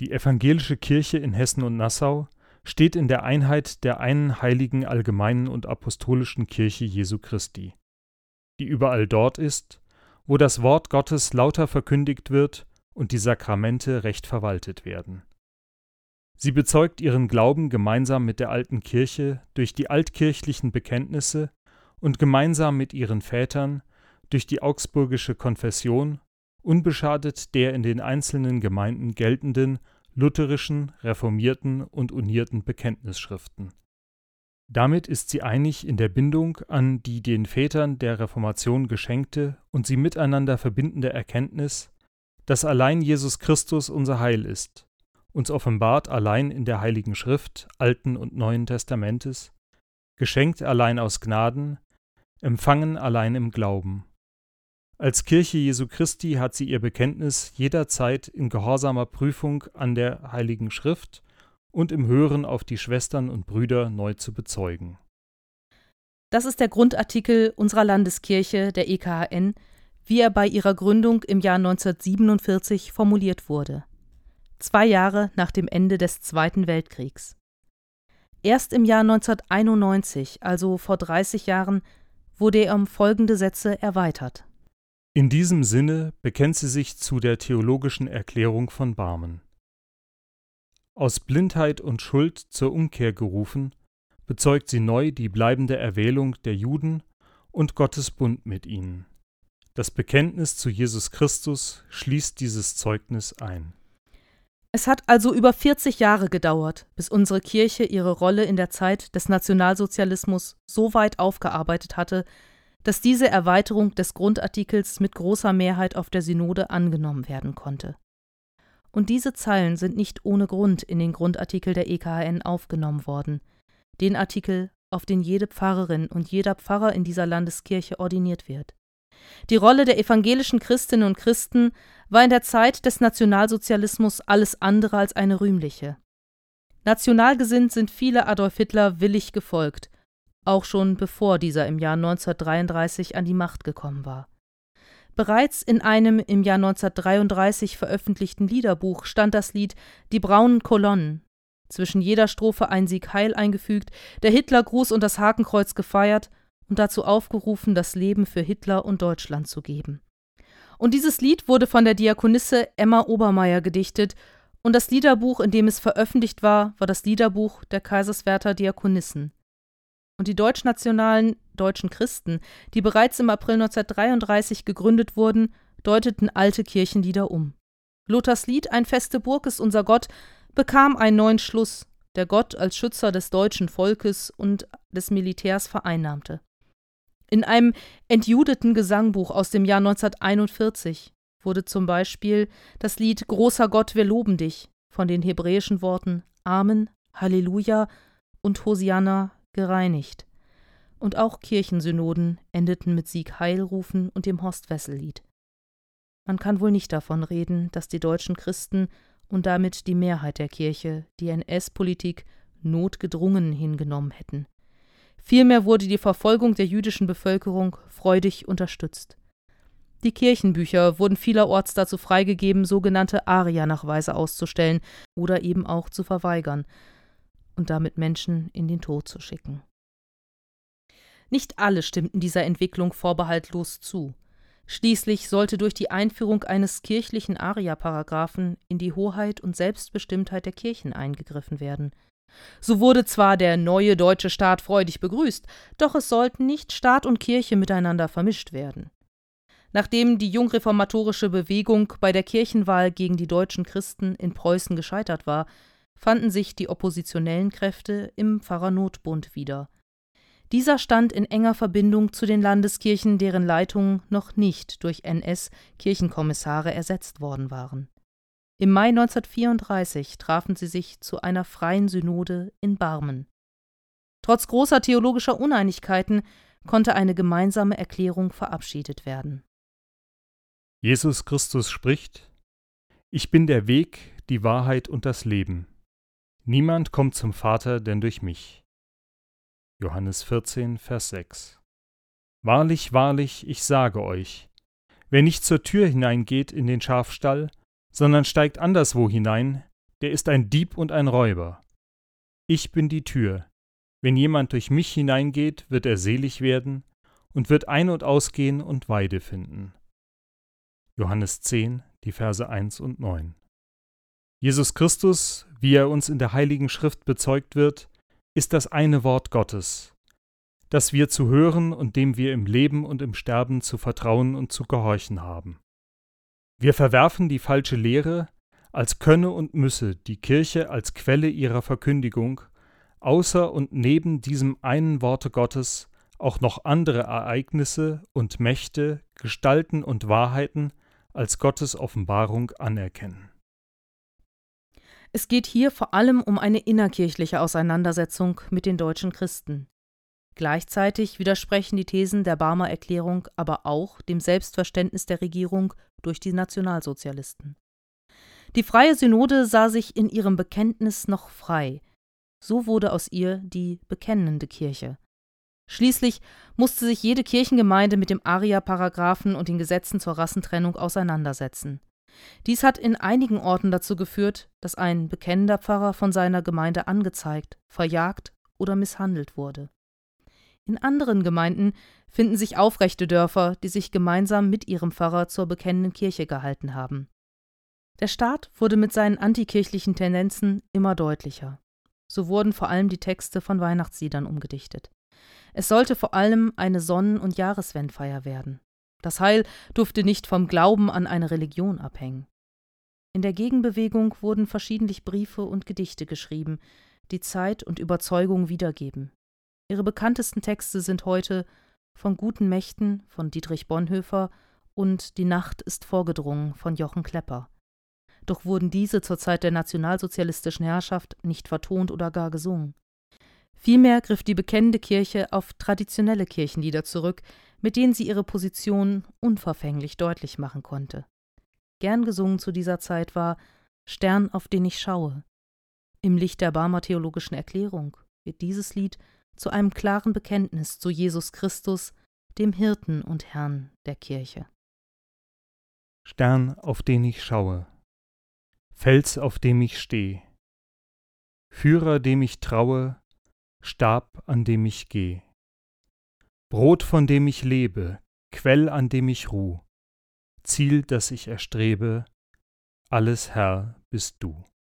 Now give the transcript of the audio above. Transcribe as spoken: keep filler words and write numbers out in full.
Die evangelische Kirche in Hessen und Nassau steht in der Einheit der einen heiligen allgemeinen und apostolischen Kirche Jesu Christi, die überall dort ist, wo das Wort Gottes lauter verkündigt wird und die Sakramente recht verwaltet werden. Sie bezeugt ihren Glauben gemeinsam mit der alten Kirche durch die altkirchlichen Bekenntnisse und gemeinsam mit ihren Vätern durch die Augsburgische Konfession, unbeschadet der in den einzelnen Gemeinden geltenden lutherischen, reformierten und unierten Bekenntnisschriften. Damit ist sie einig in der Bindung an die den Vätern der Reformation geschenkte und sie miteinander verbindende Erkenntnis, dass allein Jesus Christus unser Heil ist, uns offenbart allein in der Heiligen Schrift Alten und Neuen Testamentes, geschenkt allein aus Gnaden, empfangen allein im Glauben. Als Kirche Jesu Christi hat sie ihr Bekenntnis jederzeit in gehorsamer Prüfung an der Heiligen Schrift und im Hören auf die Schwestern und Brüder neu zu bezeugen. Das ist der Grundartikel unserer Landeskirche, der E K H N, wie er bei ihrer Gründung im Jahr neunzehnhundertsiebenundvierzig formuliert wurde. Zwei Jahre nach dem Ende des Zweiten Weltkriegs. Erst im Jahr neunzehnhunderteinundneunzig, also vor dreißig Jahren, wurde er um folgende Sätze erweitert. In diesem Sinne bekennt sie sich zu der theologischen Erklärung von Barmen. Aus Blindheit und Schuld zur Umkehr gerufen, bezeugt sie neu die bleibende Erwählung der Juden und Gottes Bund mit ihnen. Das Bekenntnis zu Jesus Christus schließt dieses Zeugnis ein. Es hat also über vierzig Jahre gedauert, bis unsere Kirche ihre Rolle in der Zeit des Nationalsozialismus so weit aufgearbeitet hatte, dass diese Erweiterung des Grundartikels mit großer Mehrheit auf der Synode angenommen werden konnte. Und diese Zeilen sind nicht ohne Grund in den Grundartikel der E K H N aufgenommen worden, den Artikel, auf den jede Pfarrerin und jeder Pfarrer in dieser Landeskirche ordiniert wird. Die Rolle der evangelischen Christinnen und Christen war in der Zeit des Nationalsozialismus alles andere als eine rühmliche. Nationalgesinnt sind viele Adolf Hitler willig gefolgt, auch schon bevor dieser im Jahr neunzehnhundertdreiunddreißig an die Macht gekommen war. Bereits in einem im Jahr neunzehnhundertdreiunddreißig veröffentlichten Liederbuch stand das Lied »Die braunen Kolonnen«, zwischen jeder Strophe ein Sieg Heil eingefügt, der Hitlergruß und das Hakenkreuz gefeiert und dazu aufgerufen, das Leben für Hitler und Deutschland zu geben. Und dieses Lied wurde von der Diakonisse Emma Obermeier gedichtet, und das Liederbuch, in dem es veröffentlicht war, war das Liederbuch der Kaiserswerther Diakonissen. Und die deutschnationalen deutschen Christen, die bereits im April neunzehnhundertdreiunddreißig gegründet wurden, deuteten alte Kirchenlieder um. Luthers Lied »Ein feste Burg ist unser Gott« bekam einen neuen Schluss, der Gott als Schützer des deutschen Volkes und des Militärs vereinnahmte. In einem entjudeten Gesangbuch aus dem Jahr neunzehnhunderteinundvierzig wurde zum Beispiel das Lied »Großer Gott, wir loben dich« von den hebräischen Worten Amen, Halleluja und Hosianna gereinigt. Und auch Kirchensynoden endeten mit Sieg Heilrufen und dem Horst-Wessel-Lied. Man kann wohl nicht davon reden, dass die deutschen Christen und damit die Mehrheit der Kirche die N S-Politik notgedrungen hingenommen hätten. Vielmehr wurde die Verfolgung der jüdischen Bevölkerung freudig unterstützt. Die Kirchenbücher wurden vielerorts dazu freigegeben, sogenannte Aria-Nachweise auszustellen oder eben auch zu verweigern und damit Menschen in den Tod zu schicken. Nicht alle stimmten dieser Entwicklung vorbehaltlos zu. Schließlich sollte durch die Einführung eines kirchlichen Aria-Paragraphen in die Hoheit und Selbstbestimmtheit der Kirchen eingegriffen werden. So wurde zwar der neue deutsche Staat freudig begrüßt, doch es sollten nicht Staat und Kirche miteinander vermischt werden. Nachdem die jungreformatorische Bewegung bei der Kirchenwahl gegen die deutschen Christen in Preußen gescheitert war, fanden sich die oppositionellen Kräfte im Pfarrernotbund wieder. Dieser stand in enger Verbindung zu den Landeskirchen, deren Leitungen noch nicht durch N S-Kirchenkommissare ersetzt worden waren. Im Mai neunzehnhundertvierunddreißig trafen sie sich zu einer freien Synode in Barmen. Trotz großer theologischer Uneinigkeiten konnte eine gemeinsame Erklärung verabschiedet werden. Jesus Christus spricht: Ich bin der Weg, die Wahrheit und das Leben. Niemand kommt zum Vater denn durch mich. Johannes vierzehn, Vers sechs. Wahrlich, wahrlich, ich sage euch, wer nicht zur Tür hineingeht in den Schafstall, sondern steigt anderswo hinein, der ist ein Dieb und ein Räuber. Ich bin die Tür. Wenn jemand durch mich hineingeht, wird er selig werden und wird ein- und ausgehen und Weide finden. Johannes zehn, die Verse eins und neun. Jesus Christus, wie er uns in der Heiligen Schrift bezeugt wird, ist das eine Wort Gottes, das wir zu hören und dem wir im Leben und im Sterben zu vertrauen und zu gehorchen haben. Wir verwerfen die falsche Lehre, als könne und müsse die Kirche als Quelle ihrer Verkündigung außer und neben diesem einen Worte Gottes auch noch andere Ereignisse und Mächte, Gestalten und Wahrheiten als Gottes Offenbarung anerkennen. Es geht hier vor allem um eine innerkirchliche Auseinandersetzung mit den deutschen Christen. Gleichzeitig widersprechen die Thesen der Barmer Erklärung aber auch dem Selbstverständnis der Regierung durch die Nationalsozialisten. Die Freie Synode sah sich in ihrem Bekenntnis noch frei. So wurde aus ihr die bekennende Kirche. Schließlich musste sich jede Kirchengemeinde mit dem Aria-Paragraphen und den Gesetzen zur Rassentrennung auseinandersetzen. Dies hat in einigen Orten dazu geführt, dass ein bekennender Pfarrer von seiner Gemeinde angezeigt, verjagt oder misshandelt wurde. In anderen Gemeinden finden sich aufrechte Dörfer, die sich gemeinsam mit ihrem Pfarrer zur bekennenden Kirche gehalten haben. Der Staat wurde mit seinen antikirchlichen Tendenzen immer deutlicher. So wurden vor allem die Texte von Weihnachtsliedern umgedichtet. Es sollte vor allem eine Sonnen- und Jahreswendfeier werden. Das Heil durfte nicht vom Glauben an eine Religion abhängen. In der Gegenbewegung wurden verschiedentlich Briefe und Gedichte geschrieben, die Zeit und Überzeugung wiedergeben. Ihre bekanntesten Texte sind heute »Von guten Mächten« von Dietrich Bonhoeffer und »Die Nacht ist vorgedrungen« von Jochen Klepper. Doch wurden diese zur Zeit der nationalsozialistischen Herrschaft nicht vertont oder gar gesungen. Vielmehr griff die bekennende Kirche auf traditionelle Kirchenlieder zurück, mit denen sie ihre Position unverfänglich deutlich machen konnte. Gern gesungen zu dieser Zeit war »Stern, auf den ich schaue«. Im Licht der Barmer theologischen Erklärung wird dieses Lied zu einem klaren Bekenntnis zu Jesus Christus, dem Hirten und Herrn der Kirche. Stern, auf den ich schaue, Fels, auf dem ich steh, Führer, dem ich traue, Stab, an dem ich geh, Brot, von dem ich lebe, Quell, an dem ich ruh, Ziel, das ich erstrebe, alles Herr bist du.